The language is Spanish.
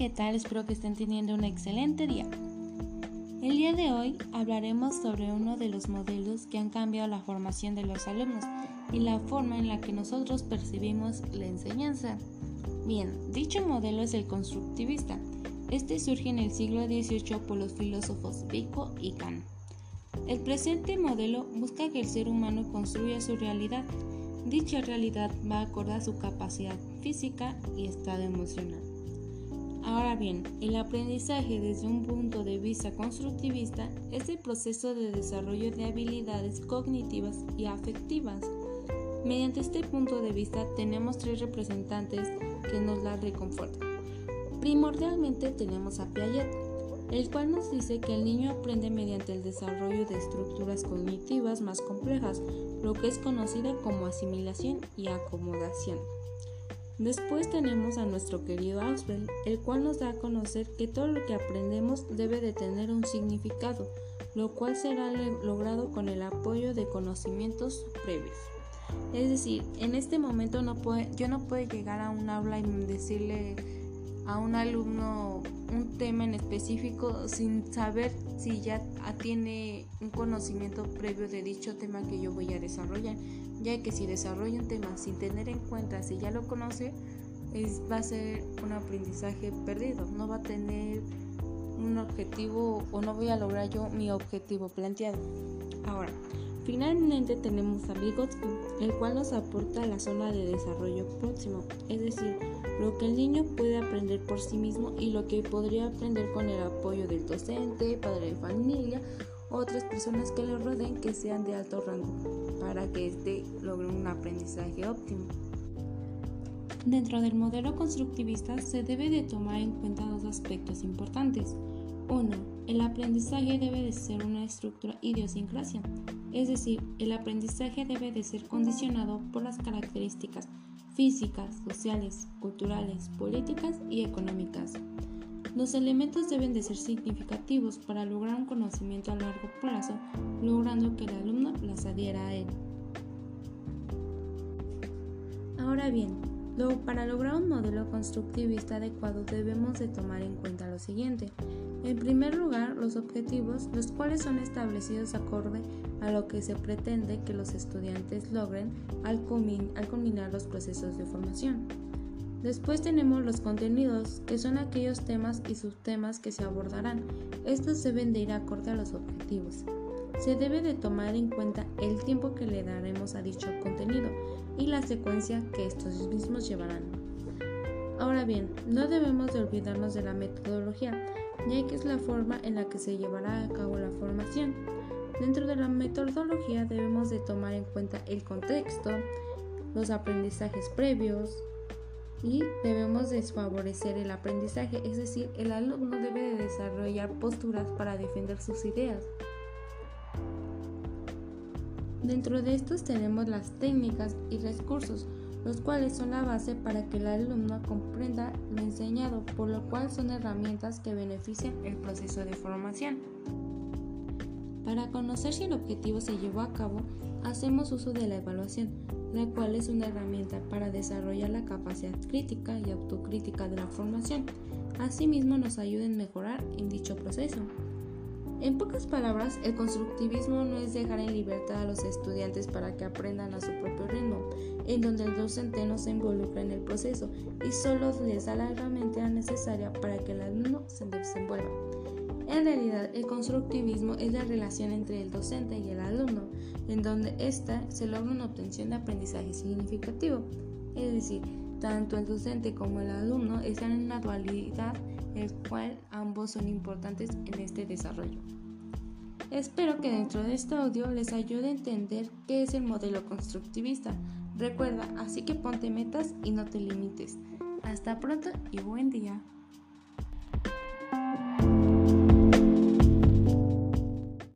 ¿qué tal? Espero que estén teniendo un excelente día. El día de hoy hablaremos sobre uno de los modelos que han cambiado la formación de los alumnos y la forma en la que nosotros percibimos la enseñanza. Bien, dicho modelo es el constructivista. Este surge en el siglo XVIII por los filósofos Vico y Kant. El presente modelo busca que el ser humano construya su realidad. Dicha realidad va acorde a su capacidad física y estado emocional. Ahora bien, el aprendizaje desde un punto de vista constructivista es el proceso de desarrollo de habilidades cognitivas y afectivas. Mediante este punto de vista tenemos tres representantes que nos la reconfortan. Primordialmente tenemos a Piaget, el cual nos dice que el niño aprende mediante el desarrollo de estructuras cognitivas más complejas, lo que es conocida como asimilación y acomodación. Después tenemos a nuestro querido Ausubel, el cual nos da a conocer que todo lo que aprendemos debe de tener un significado, lo cual será logrado con el apoyo de conocimientos previos. Es decir, en este momento yo no puedo llegar a un aula y decirle a un alumno un tema en específico sin saber si ya tiene un conocimiento previo de dicho tema que yo voy a desarrollar, ya que si desarrollo un tema sin tener en cuenta si ya lo conoce, va a ser un aprendizaje perdido, no va a tener un objetivo o no voy a lograr yo mi objetivo planteado. Ahora, finalmente tenemos a Vygotsky, el cual nos aporta la zona de desarrollo próximo, es decir, lo que el niño puede aprender por sí mismo y lo que podría aprender con el apoyo del docente, padre de familia, otras personas que lo rodeen que sean de alto rango, para que éste logre un aprendizaje óptimo. Dentro del modelo constructivista se debe de tomar en cuenta dos aspectos importantes. 1. El aprendizaje debe de ser una estructura idiosincrasia, es decir, el aprendizaje debe de ser condicionado por las características físicas, sociales, culturales, políticas y económicas. Los elementos deben de ser significativos para lograr un conocimiento a largo plazo, logrando que el alumno las adhiera a él. Ahora bien, para lograr un modelo constructivista adecuado debemos de tomar en cuenta lo siguiente. En primer lugar, los objetivos, los cuales son establecidos acorde a lo que se pretende que los estudiantes logren al culminar los procesos de formación. Después tenemos los contenidos, que son aquellos temas y subtemas que se abordarán. Estos deben de ir acorde a los objetivos. Se debe de tomar en cuenta el tiempo que le daremos a dicho contenido y la secuencia que estos mismos llevarán. Ahora bien, no debemos de olvidarnos de la metodología, ya que es la forma en la que se llevará a cabo la formación. Dentro de la metodología debemos de tomar en cuenta el contexto, los aprendizajes previos y debemos desfavorecer el aprendizaje, es decir, el alumno debe de desarrollar posturas para defender sus ideas. Dentro de estos tenemos las técnicas y recursos, los cuales son la base para que el alumno comprenda lo enseñado, por lo cual son herramientas que benefician el proceso de formación. Para conocer si el objetivo se llevó a cabo, hacemos uso de la evaluación, la cual es una herramienta para desarrollar la capacidad crítica y autocrítica de la formación. Asimismo, nos ayuda en mejorar en dicho proceso. En pocas palabras, el constructivismo no es dejar en libertad a los estudiantes para que aprendan a su propio ritmo, en donde el docente no se involucra en el proceso y solo les da la herramienta necesaria para que el alumno se desenvuelva. En realidad, el constructivismo es la relación entre el docente y el alumno, en donde ésta se logra una obtención de aprendizaje significativo, es decir, tanto el docente como el alumno están en una dualidad, el cual ambos son importantes en este desarrollo. Espero que dentro de este audio les ayude a entender qué es el modelo constructivista. Recuerda, así que ponte metas y no te limites. Hasta pronto y buen día.